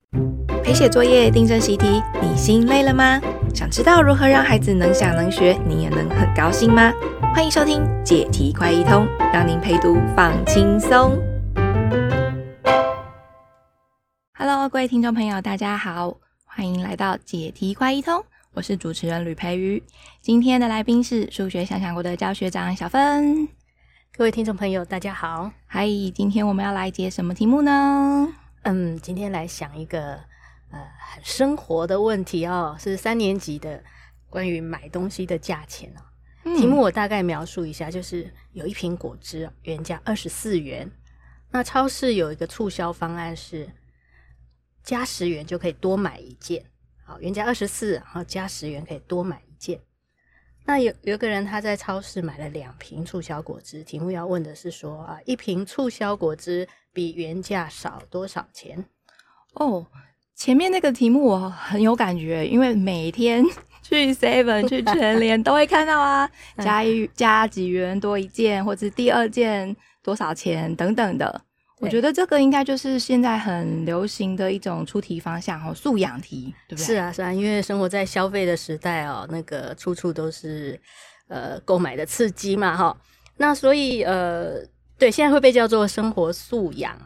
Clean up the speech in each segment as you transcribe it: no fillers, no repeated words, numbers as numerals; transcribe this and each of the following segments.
陪写作业、订正习题，你心累了吗？想知道如何让孩子能想能学，你也能很高兴吗？欢迎收听解题快一通，让您陪读放轻松。Hello， 各位听众朋友，大家好，欢迎来到解题快一通，我是主持人吕培瑜。今天的来宾是数学想想国的教学长小芬。 各位听众朋友，大家好。 嗨，今天我们要来解什么题目呢？ 今天来想一个很生活的问题哦，是3年级的关于买东西的价钱哦。题目我大概描述一下，就是有一瓶果汁原价24元，那超市有一个促销方案是加10元就可以多买一件。好，原价24，然后加10元可以多买一件。那有一个人他在超市买了2瓶促销果汁，题目要问的是说一瓶促销果汁比原价少多少钱？ 哦，前面那个题目我很有感觉，因为每天去 Seven 去全联都会看到啊，加几元多一件，或者第二件多少钱等等的。我觉得这个应该就是现在很流行的一种出题方向素养题，对不对？ 是啊，因为生活在消费的时代那个处处都是购买的刺激嘛那所以对，现在会被叫做生活素养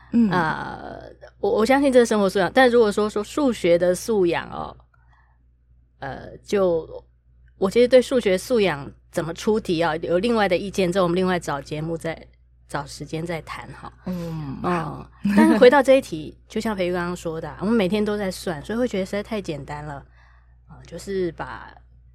我相信这是生活素养，但如果说数学的素养就我其实对数学素养怎么出题有另外的意见，这我们另外找节目再找时间再谈但是回到这一题，就像培育刚刚说的我们每天都在算，所以会觉得实在太简单了就是把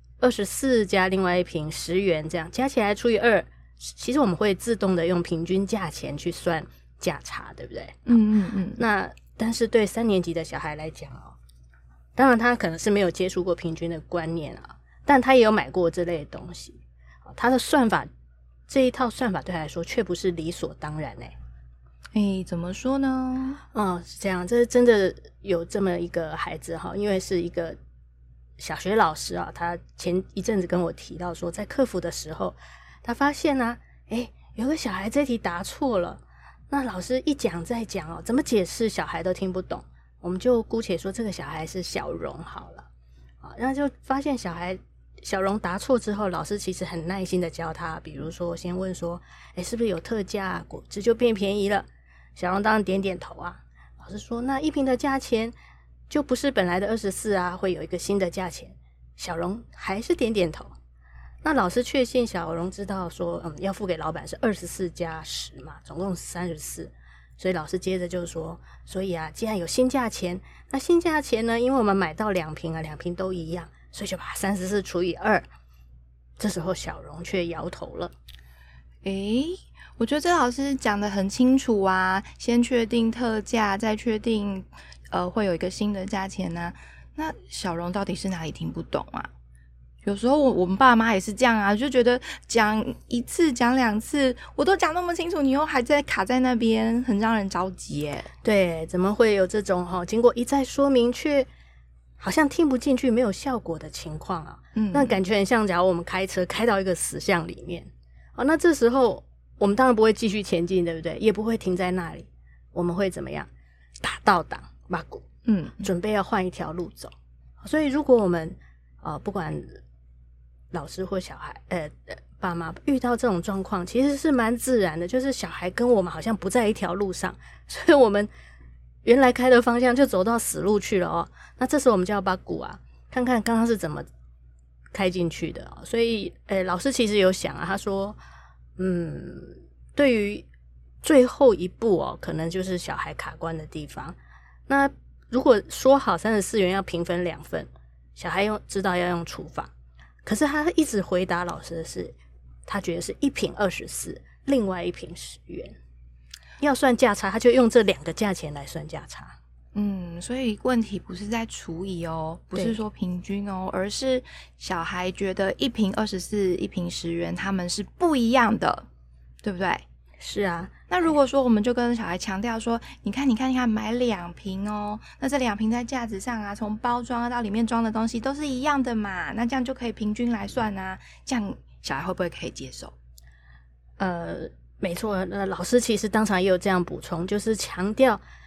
24加另外一瓶10元这样加起来除以2，其实我们会自动的用平均价钱去算价差，对不对？那但是对3年级的小孩来讲当然他可能是没有接触过平均的观念但他也有买过这类的东西他的算法这一套算法对他来说却不是理所当然怎么说呢？ 是这样，这真的有这么一个孩子因为是一个小学老师他前一阵子跟我提到说，在克服的时候他发现有个小孩这题答错了，那老师一讲再讲怎么解释小孩都听不懂，我们就姑且说这个小孩是小荣好了然后就发现小荣答错之后，老师其实很耐心的教他，比如说先问说是不是有特价果汁就变便宜了，小荣当然点点头老师说那一瓶的价钱就不是本来的24会有一个新的价钱，小荣还是点点头。那老师确信小荣知道说要付给老板是24加10嘛，总共34，所以老师接着就说，所以既然有新价钱，那新价钱呢，因为我们买到2瓶2瓶都一样，所以就把34除以2。这时候小荣却摇头了。 我觉得这老师讲得很清楚先确定特价，再确定会有一个新的价钱那小荣到底是哪里听不懂有时候我们爸妈也是这样就觉得讲一次讲2次我都讲那么清楚，你又还在卡在那边，很让人着急对，怎么会有这种经过一再说明却好像听不进去没有效果的情况那感觉很像假如我们开车开到一个死巷里面那这时候我们当然不会继续前进，对不对？也不会停在那里，我们会怎么样？打倒档把鼓准备要换一条路走。所以如果我们不管老师或小孩爸妈遇到这种状况，其实是蛮自然的，就是小孩跟我们好像不在一条路上，所以我们原来开的方向就走到死路去了那这时候我们就要把鼓看看刚刚是怎么开进去的所以老师其实有想他说对于最后一步可能就是小孩卡关的地方。那如果说好34元要平分2份，小孩知道要用除法，可是他一直回答老师的是他觉得是一瓶24，另外一瓶10元，要算价差他就用这2个价钱来算价差。 所以问题不是在除以不是说平均而是小孩觉得一瓶24一瓶10元他们是不一样的，对不对？ 是啊。 那如果说我们就跟小孩强调说你看买2瓶那这2瓶在架子上从包装到里面装的东西都是一样的嘛，那这样就可以平均来算这样小孩会不会可以接受？ 没错，老师其实当场也有这样补充，就是强调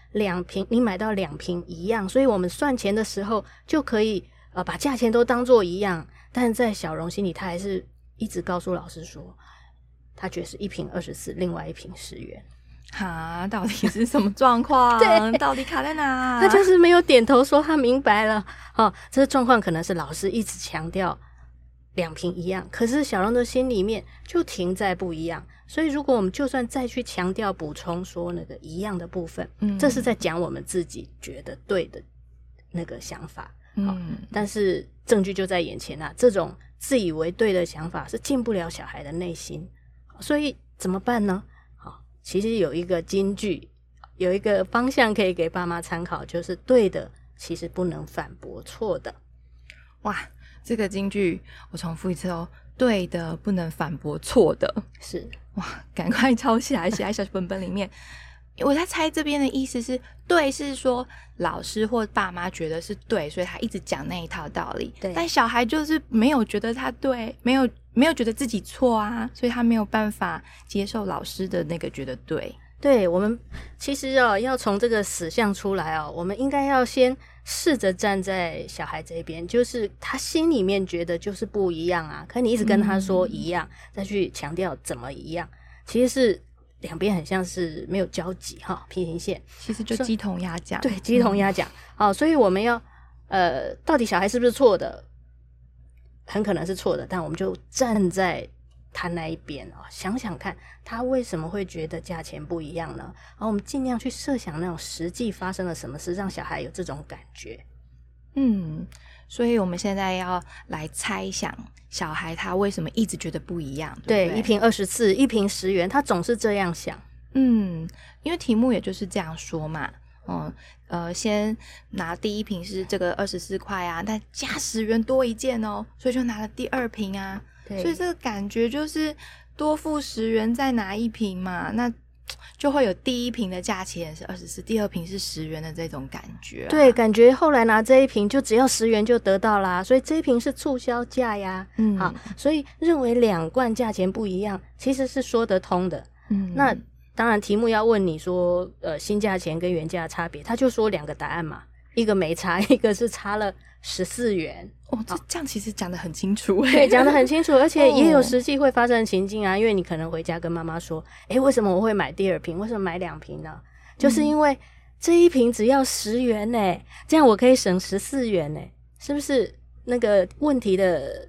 你买到2瓶一样，所以我们算钱的时候就可以把价钱都当做一样。但在小蓉心里，他还是一直告诉老师说，他觉得是1瓶24，另外1瓶10元。 哈，到底是什么状况？ 对， 到底卡在哪？ 他就是没有点头说他明白了。这个状况可能是老师一直强调2瓶一样，可是小蓉的心里面就停在不一样。所以如果我们就算再去强调补充说那个一样的部分，这是在讲我们自己觉得对的那个想法。但是证据就在眼前啊，这种自以为对的想法是进不了小孩的内心。所以怎么办呢？其实有一个金句，有一个方向可以给爸妈参考，就是对的其实不能反驳错的。 哇，这个金句我重复一次哦，对的不能反驳错的。 是， 哇，赶快抄起来写在小本本里面。我在猜这边的意思是，对是说老师或爸妈觉得是对，所以他一直讲那一套道理。 对， 但小孩就是没有觉得他对，没有觉得自己错啊，所以他没有办法接受老师的那个觉得对。 对，我们其实要从这个死相出来我们应该要先试着站在小孩这边，就是他心里面觉得就是不一样啊，可你一直跟他说一样，再去强调怎么一样，其实是两边很像是没有交集平行线， 其实就鸡同鸭讲。 对，鸡同鸭讲。所以我们要到底小孩是不是错的？很可能是错的，但我们就站在他那一边想想看他为什么会觉得价钱不一样呢？然后我们尽量去设想那种实际发生了什么事，让小孩有这种感觉。 所以我们现在要来猜想小孩他为什么一直觉得不一样，对不对？ 1瓶24，1瓶10元，他总是这样想。 因为题目也就是这样说嘛。先拿第1瓶是这个24块啊，但加10元多一件所以就拿了第2瓶啊。所以这个感觉就是多付10元再拿1瓶嘛，那就会有第1瓶的价钱是24，第2瓶是10元的这种感觉对，感觉后来拿这1瓶就只要10元就得到啦，所以这1瓶是促销价呀。好，所以认为2罐价钱不一样其实是说得通的。那当然题目要问你说新价钱跟原价差别，他就说2个答案嘛，一个没差，一个是差了14元。 这样其实讲得很清楚。 对，讲得很清楚，而且也有实际会发生的情境啊。因为你可能回家跟妈妈说，为什么我会买第2瓶？为什么买2瓶呢？就是因为这1瓶只要10元呢，这样我可以省14元呢，是不是？那个问题的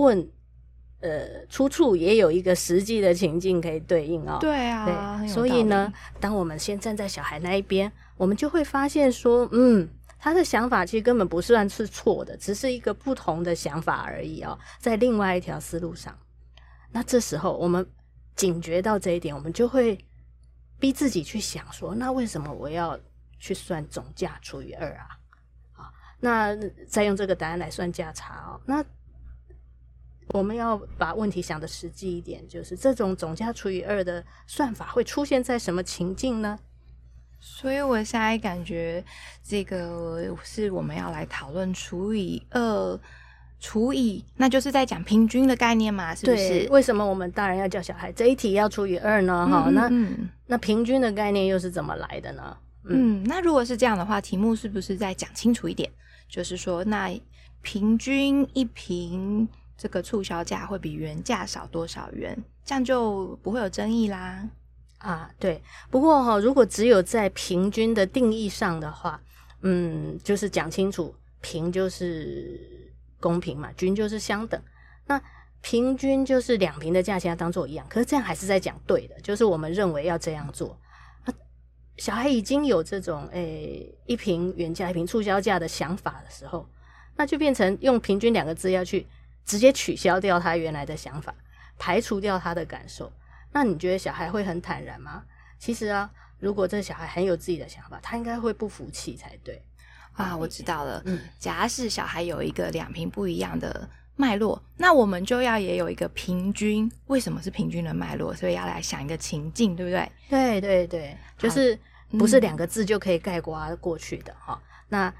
出处也有一个实际的情境可以对应对啊， 对，所以呢，当我们先站在小孩那一边，我们就会发现说，他的想法其实根本不算是错的，只是一个不同的想法而已在另外一条思路上。那这时候我们警觉到这一点，我们就会逼自己去想说，那为什么我要去算总价除以2啊？那再用这个答案来算价差那我们要把问题想的实际一点，就是这种总价除以2的算法会出现在什么情境呢？ 所以我现在感觉这个是我们要来讨论除以2，那就是在讲平均的概念嘛，是不是？ 对，为什么我们大人要叫小孩这一题要除以2呢？那平均的概念又是怎么来的呢？ 那如果是这样的话，题目是不是再讲清楚一点？就是说，那平均1瓶这个促销价会比原价少多少元，这样就不会有争议啦。 对。不过如果只有在平均的定义上的话，就是讲清楚，平就是公平嘛，均就是相等。那平均就是2瓶的价钱要当做一样，可是这样还是在讲对的，就是我们认为要这样做。小孩已经有这种1瓶原价1瓶促销价的想法的时候，那就变成用平均2个字要去直接取消掉他原来的想法，排除掉他的感受。那你觉得小孩会很坦然吗？其实如果这小孩很有自己的想法，他应该会不服气才对。 我知道了。假使小孩有一个2瓶不一样的脉络，那我们就要也有一个平均，为什么是平均的脉络？所以要来想一个情境，对不对？ 对对对，就是不是2个字就可以概括过去的那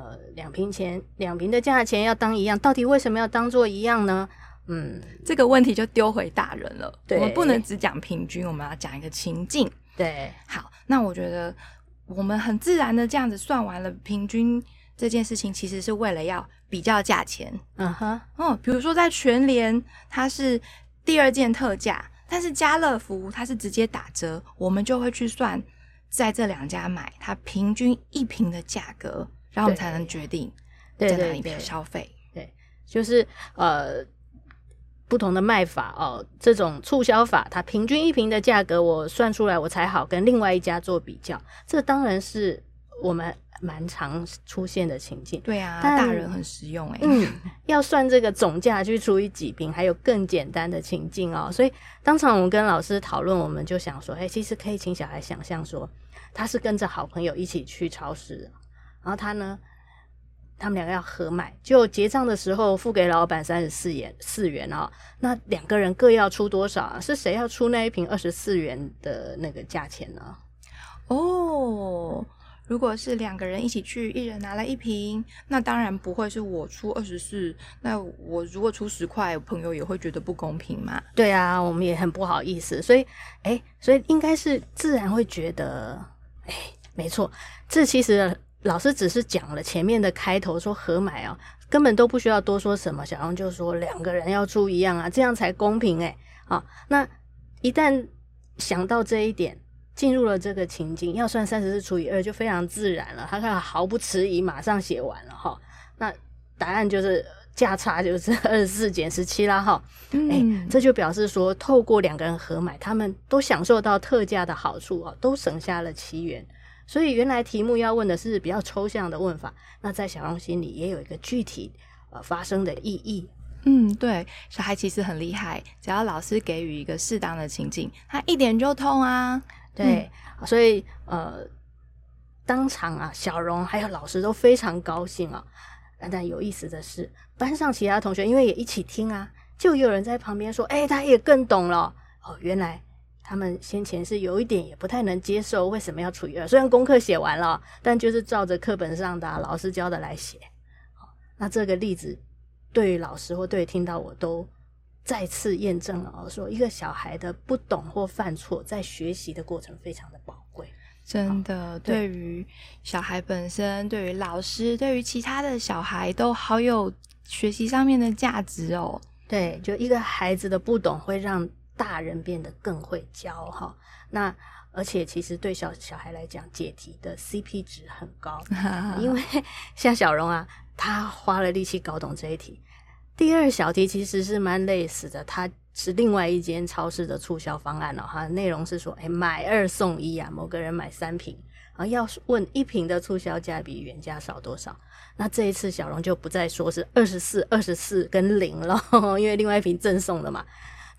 2瓶的价钱要当一样，到底为什么要当做一样呢？ 这个问题就丢回大人了。 对， 我们不能只讲平均，我们要讲一个情境。 对， 好，那我觉得我们很自然的这样子算完了平均这件事情，其实是为了要比较价钱。比如说在全联它是第2件特价，但是家乐福它是直接打折，我们就会去算在这2家买它平均一瓶的价格，然后我们才能决定在哪里消费。 对，就是不同的卖法这种促销法，它平均一瓶的价格我算出来，我才好跟另外一家做比较。这当然是我们蛮常出现的情境。 对啊，大人很实用要算这个总价去除以几瓶，还有更简单的情境所以当场我们跟老师讨论，我们就想说其实可以请小孩想象说他是跟着好朋友一起去超市，然后他们2个要合买，就结账的时候付给老板34元那2个人各要出多少是谁要出那一瓶24元的那个价钱呢？ 如果是2个人一起去，一人拿了1瓶，那当然不会是我出24，那我如果出10块，朋友也会觉得不公平嘛。 对啊，我们也很不好意思，所以应该是自然会觉得没错，这其实老师只是讲了前面的开头说合买根本都不需要多说什么，小荣就说2个人要出一样这样才公平那一旦想到这一点，进入了这个情境，要算34除以2就非常自然了，他看毫不迟疑马上写完了那答案就是价差就是24减17啦这就表示说透过2个人合买，他们都享受到特价的好处都省下了7元。所以原来题目要问的是比较抽象的问法，那在小荣心里也有一个具体发生的意义。 对，小孩其实很厉害，只要老师给予一个适当的情境，他一点就通啊。 对，所以当场小荣还有老师都非常高兴但有意思的是，班上其他同学因为也一起听就有人在旁边说他也更懂了原来他们先前是有一点也不太能接受为什么要除以2，虽然功课写完了，但就是照着课本上的老师教的来写。那这个例子对于老师或对于听到我都再次验证了说一个小孩的不懂或犯错在学习的过程非常的宝贵。 真的，对于小孩本身，对于老师，对于其他的小孩都好有学习上面的价值对，就一个孩子的不懂会让大人变得更会教那而且其实对小孩来讲，解题的 CP 值很高因为像小荣他花了力气搞懂这一题。第2小题其实是蛮类似的，它是另外一间超市的促销方案它内容是说买2送1某个人买3瓶，然后要问1瓶的促销价比原价少多少。那这一次小荣就不再说是24跟0了因为另外1瓶赠送了嘛，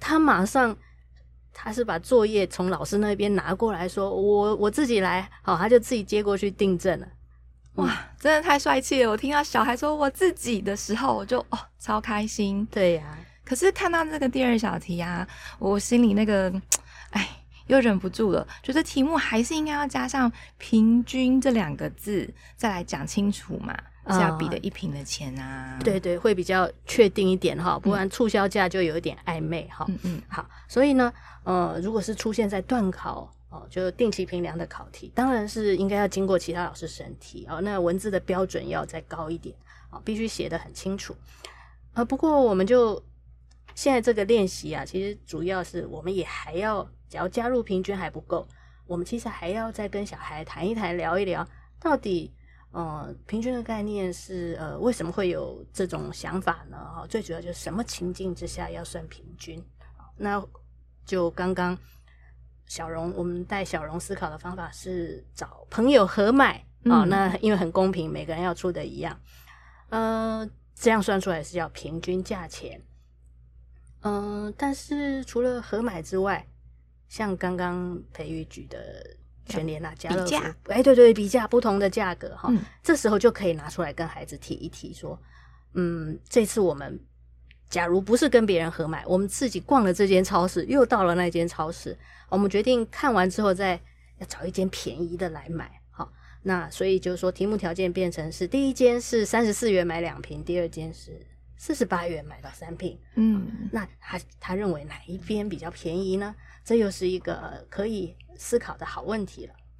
他是把作业从老师那边拿过来说我自己来他就自己接过去订正了。 哇，真的太帅气了！我听到小孩说我自己的时候，我就超开心。 对呀， 可是看到这个第2小题我心里那个又忍不住了，觉得题目还是应该要加上平均这2个字再来讲清楚嘛，是要比的1瓶的钱对对，会比较确定一点不然促销价就有一点暧昧好，所以呢如果是出现在段考就定期评量的考题，当然是应该要经过其他老师审题那文字的标准要再高一点必须写得很清楚不过我们就现在这个练习其实主要是我们也还要，只要加入平均还不够，我们其实还要再跟小孩谈一谈，聊一聊到底平均的概念是为什么会有这种想法呢最主要就是什么情境之下要算平均。那就刚刚我们带小荣思考的方法是找朋友合买那因为很公平，每个人要出的一样这样算出来是叫平均价钱但是除了合买之外，像刚刚培育举的全联家乐福对比价不同的价格这时候就可以拿出来跟孩子提一提说这次我们假如不是跟别人合买，我们自己逛了这间超市，又到了那间超市，我们决定看完之后再要找一间便宜的来买那所以就是说题目条件变成是第一间是34元买2瓶，第2间是48元买到3瓶那他认为哪一边比较便宜呢？这又是一个可以思考的好问题了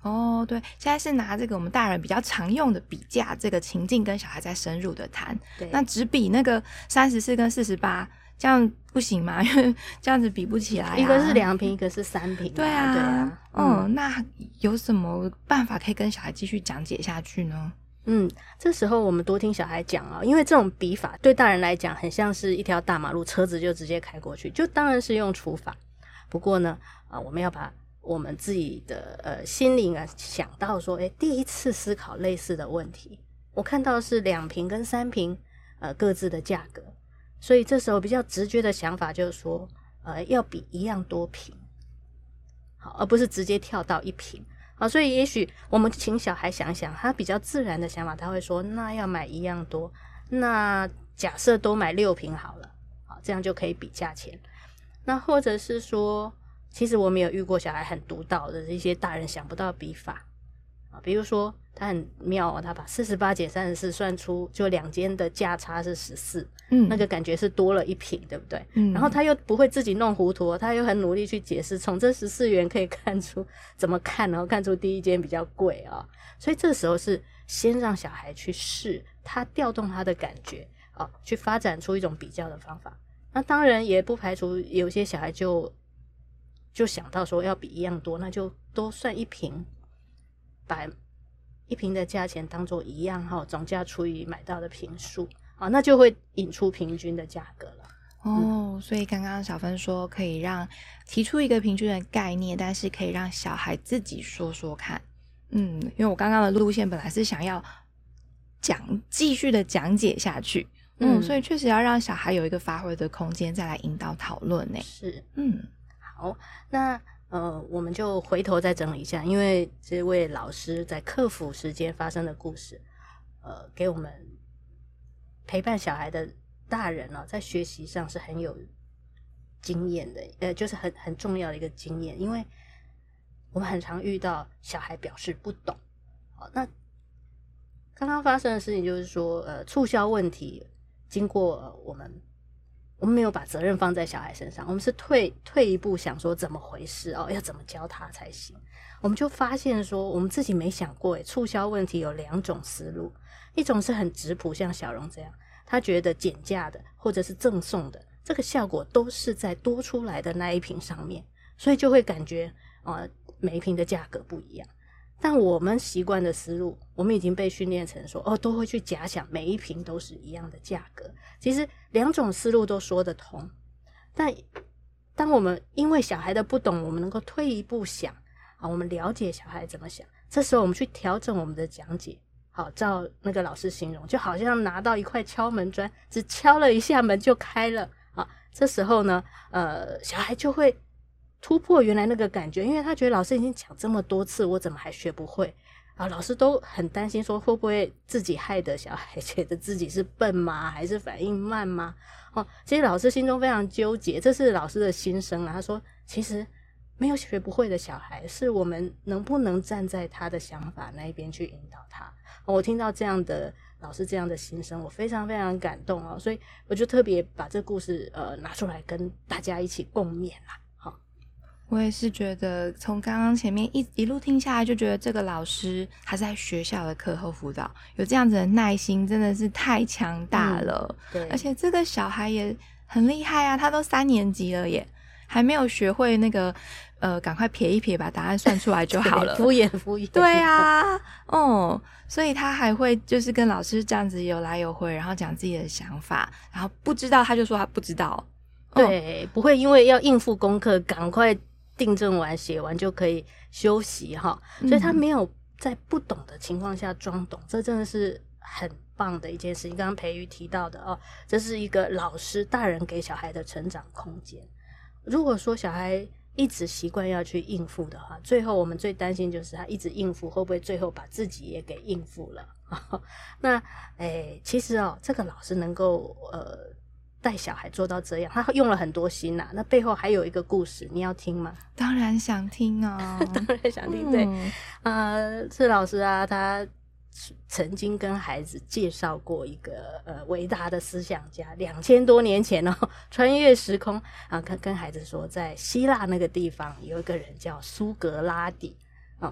哦，对，现在是拿这个我们大人比较常用的比价这个情境跟小孩在深入的谈。那只比那个34跟48这样不行吗？因为这样子比不起来啊。 一个是2坪，一个是3坪。 对啊，那有什么办法可以跟小孩继续讲解下去呢？ 这时候我们多听小孩讲啊，因为这种比法对大人来讲很像是一条大马路，车子就直接开过去，就当然是用除法。不过呢，我们要把我们自己的心灵啊想到说，第一次思考类似的问题，我看到是2坪跟3坪各自的价格，所以这时候比较直觉的想法就是说，要比一样多坪，好，而不是直接跳到1坪。好，所以也许我们请小孩想想，他比较自然的想法，他会说，那要买一样多，那假设都买6坪好了，好，这样就可以比价钱。那或者是说，其实我们有遇过小孩很独到的一些大人想不到比法啊，比如说他很妙他把48减34算出就2间的价差是14，那个感觉是多了1坪，对不对？然后他又不会自己弄糊涂，他又很努力去解释，从这14元可以看出怎么看，然后看出第一间比较贵啊。所以这时候是先让小孩去试，他调动他的感觉啊，去发展出一种比较的方法。那当然也不排除有些小孩就想到说要比一样多，那就多算1坪，把1坪的价钱当做一样总价除以买到的坪数，那就会引出平均的价格了。 所以刚刚小芬说可以提出一个平均的概念，但是可以让小孩自己说说看。因为我刚刚的路线本来是想要继续的讲解下去，所以确实要让小孩有一个发挥的空间，再来引导讨论呢。 是，好，那我们就回头再整理一下，因为这位老师在课辅时间发生的故事，给我们陪伴小孩的大人在学习上是很有经验的，就是很重要的一个经验，因为我们很常遇到小孩表示不懂。好，那刚刚发生的事情就是说，促销问题经过我们没有把责任放在小孩身上，我们是退一步想说怎么回事要怎么教他才行。我们就发现说我们自己没想过促销问题有2种思路，一种是很质朴，像小蓉这样，他觉得减价的或者是赠送的这个效果都是在多出来的那1坪上面，所以就会感觉每1坪的价格不一样。但我们习惯的思路，我们已经被训练成说都会去假想每1坪都是一样的价格。其实2种思路都说得通，但当我们因为小孩的不懂，我们能够退一步想我们了解小孩怎么想，这时候我们去调整我们的讲解。好，照那个老师形容，就好像拿到一块敲门砖，只敲了一下门就开了。好，这时候呢小孩就会突破原来那个感觉，因为他觉得老师已经讲这么多次，我怎么还学不会老师都很担心说会不会自己害得小孩觉得自己是笨吗，还是反应慢吗？其实老师心中非常纠结，这是老师的心声他说其实没有学不会的小孩，是我们能不能站在他的想法那一边去引导他。我听到这样的老师这样的心声，我非常非常感动所以我就特别把这故事拿出来跟大家一起共勉啦。 我也是觉得从刚刚前面一路听下来，就觉得这个老师他在学校的课后辅导有这样子的耐心，真的是太强大了。 对， 而且这个小孩也很厉害啊，他都3年级了耶，还没有学会那个赶快撇一撇把答案算出来就好了。 敷衍。 对啊，所以他还会就是跟老师这样子有来有回，然后讲自己的想法，然后不知道他就说他不知道。 对，不会因为要应付功课赶快订正完写完就可以休息所以他没有在不懂的情况下装懂，这真的是很棒的一件事情。刚刚培瑜提到的这是一个老师大人给小孩的成长空间。如果说小孩一直习惯要去应付的话，最后我们最担心就是他一直应付会不会最后把自己也给应付了那其实这个老师能够带小孩做到这样，他用了很多心那背后还有一个故事，你要听吗？ 当然想听当然想听。对这老师他曾经跟孩子介绍过一个伟大的思想家，2000多年前穿越时空跟孩子说，在希腊那个地方有一个人叫苏格拉底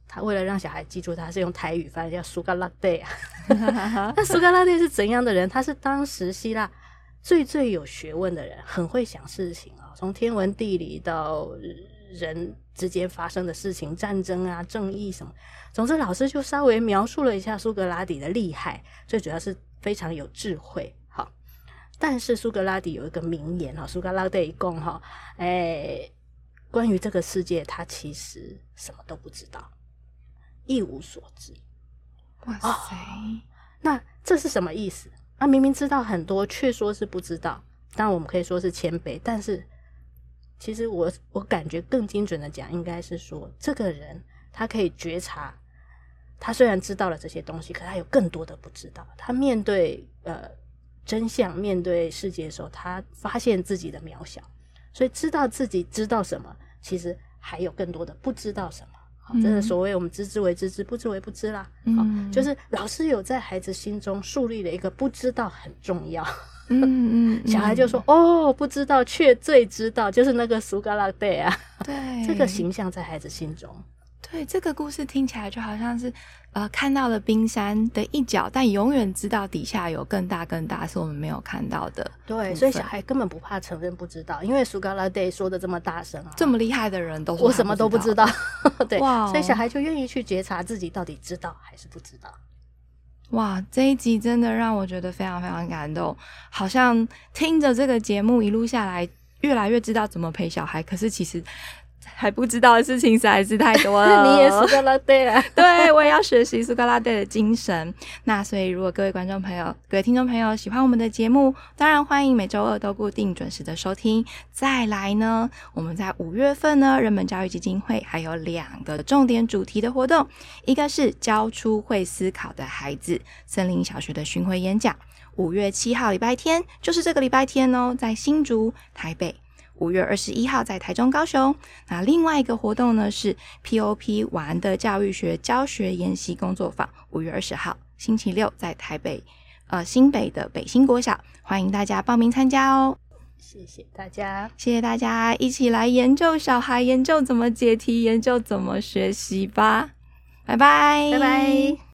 他为了让小孩记住，他是用台语翻译叫苏格拉底啊。那苏格拉底是怎样的人？他是当时希腊最有学问的人，很会想事情啊，从天文地理到人之间发生的事情，战争啊、正义什么。总之，老师就稍微描述了一下苏格拉底的厉害，最主要是非常有智慧。好，但是苏格拉底有一个名言哈，苏格拉底讲哈，关于这个世界，他其实什么都不知道，一无所知。 哇塞， 那这是什么意思？明明知道很多，却说是不知道。当然，我们可以说是谦卑，但是其实我感觉更精准的讲，应该是说，这个人他可以觉察，他虽然知道了这些东西，可他有更多的不知道。他面对真相，面对世界的时候，他发现自己的渺小，所以知道自己知道什么，其实还有更多的不知道什么。真的所谓我们知之为知之，不知为不知啦。就是老师有在孩子心中树立了一个不知道很重要。小孩就说不知道却最知道，就是那个苏格拉底啊。 对， 这个形象在孩子心中。 对，这个故事听起来就好像是看到了冰山的一角，但永远知道底下有更大是我们没有看到的。 对，所以小孩根本不怕承认不知道，因为苏格拉底说的这么大声啊， 这么厉害的人都说我什么都不知道。对， 哇， 所以小孩就愿意去觉察自己到底知道还是不知道。 哇，这一集真的让我觉得非常非常感动，好像听着这个节目一路下来，越来越知道怎么陪小孩，可是其实还不知道的事情实在是太多了。 你也苏格拉底啊？ 对，我也要学习苏格拉底的精神。那所以如果各位观众朋友、各位听众朋友喜欢我们的节目，当然欢迎每周二都固定准时的收听。再来呢，我们在5月份呢，人本教育基金会还有2个重点主题的活动，一个是教出会思考的孩子森林小学的巡回演讲，5月7号礼拜天，就是这个礼拜天哦，在新竹、台北。5月21号在台中、高雄。那另外一个活动呢是 POP 玩的教育学教学研习工作坊，5月20号星期六在台北新北的北新国小，欢迎大家报名参加哦。 谢谢大家， 谢谢大家一起来研究小孩，研究怎么解题，研究怎么学习吧。拜拜， 拜拜。